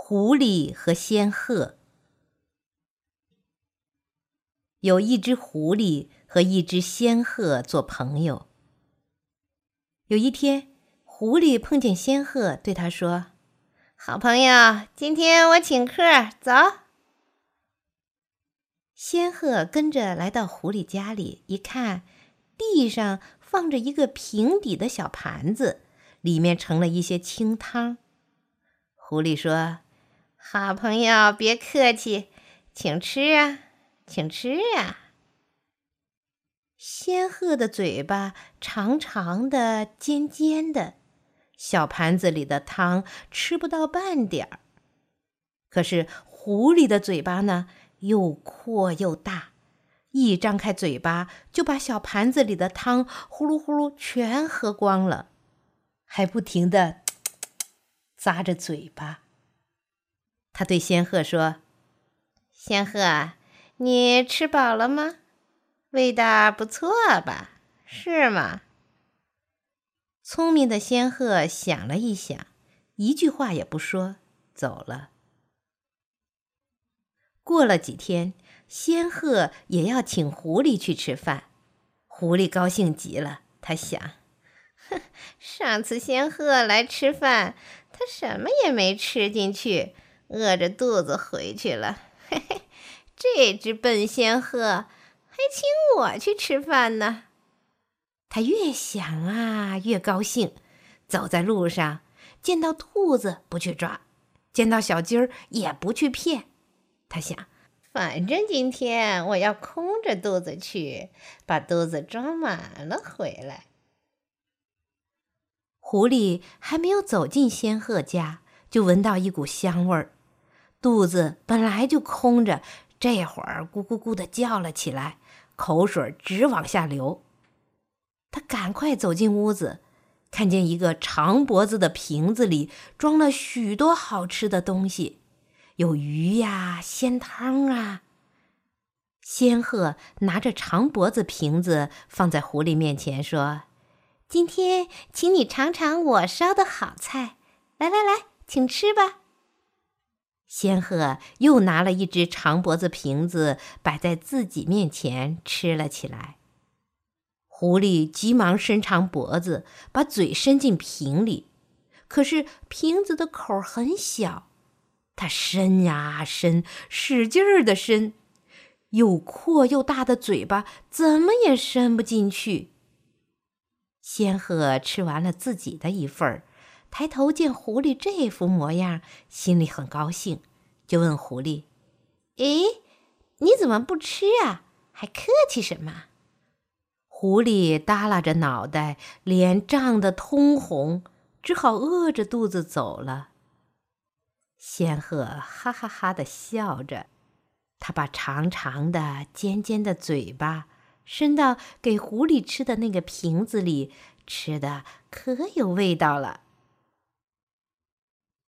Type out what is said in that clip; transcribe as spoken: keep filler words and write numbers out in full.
狐狸和仙鹤。有一只狐狸和一只仙鹤做朋友。有一天，狐狸碰见仙鹤，对他说：“好朋友，今天我请客，走。”仙鹤跟着来到狐狸家里，一看，地上放着一个平底的小盘子，里面盛了一些清汤。狐狸说：“好朋友，别客气，请吃啊，请吃啊。”仙鹤的嘴巴长长的、尖尖的，小盘子里的汤吃不到半点儿。可是狐狸的嘴巴呢，又阔又大，一张开嘴巴就把小盘子里的汤呼噜呼噜全喝光了，还不停地咂着嘴巴。他对仙鹤说：“仙鹤，你吃饱了吗？味道不错吧，是吗？”聪明的仙鹤想了一想，一句话也不说，走了。过了几天，仙鹤也要请狐狸去吃饭。狐狸高兴极了，他想，哼，上次仙鹤来吃饭，他什么也没吃进去，饿着肚子回去了。嘿嘿，这只笨仙鹤还请我去吃饭呢。他越想啊越高兴，走在路上，见到兔子不去抓，见到小鸡儿也不去骗。他想，反正今天我要空着肚子去，把肚子装满了回来。狐狸还没有走进仙鹤家，就闻到一股香味儿。肚子本来就空着，这会儿咕咕咕地叫了起来，口水直往下流。他赶快走进屋子，看见一个长脖子的瓶子里装了许多好吃的东西，有鱼呀、鲜汤啊。仙鹤拿着长脖子瓶子放在狐狸面前说：“今天请你尝尝我烧的好菜，来来来，请吃吧。”仙鹤又拿了一只长脖子瓶子摆在自己面前吃了起来。狐狸急忙伸长脖子，把嘴伸进瓶里，可是瓶子的口很小，它伸呀伸，使劲儿地伸，又阔又大的嘴巴怎么也伸不进去。仙鹤吃完了自己的一份儿，抬头见狐狸这副模样，心里很高兴，就问狐狸：“诶，你怎么不吃啊？还客气什么？”狐狸耷拉着脑袋，脸涨得通红，只好饿着肚子走了。仙鹤哈哈哈地笑着，他把长长的、尖尖的嘴巴伸到给狐狸吃的那个瓶子里，吃的可有味道了。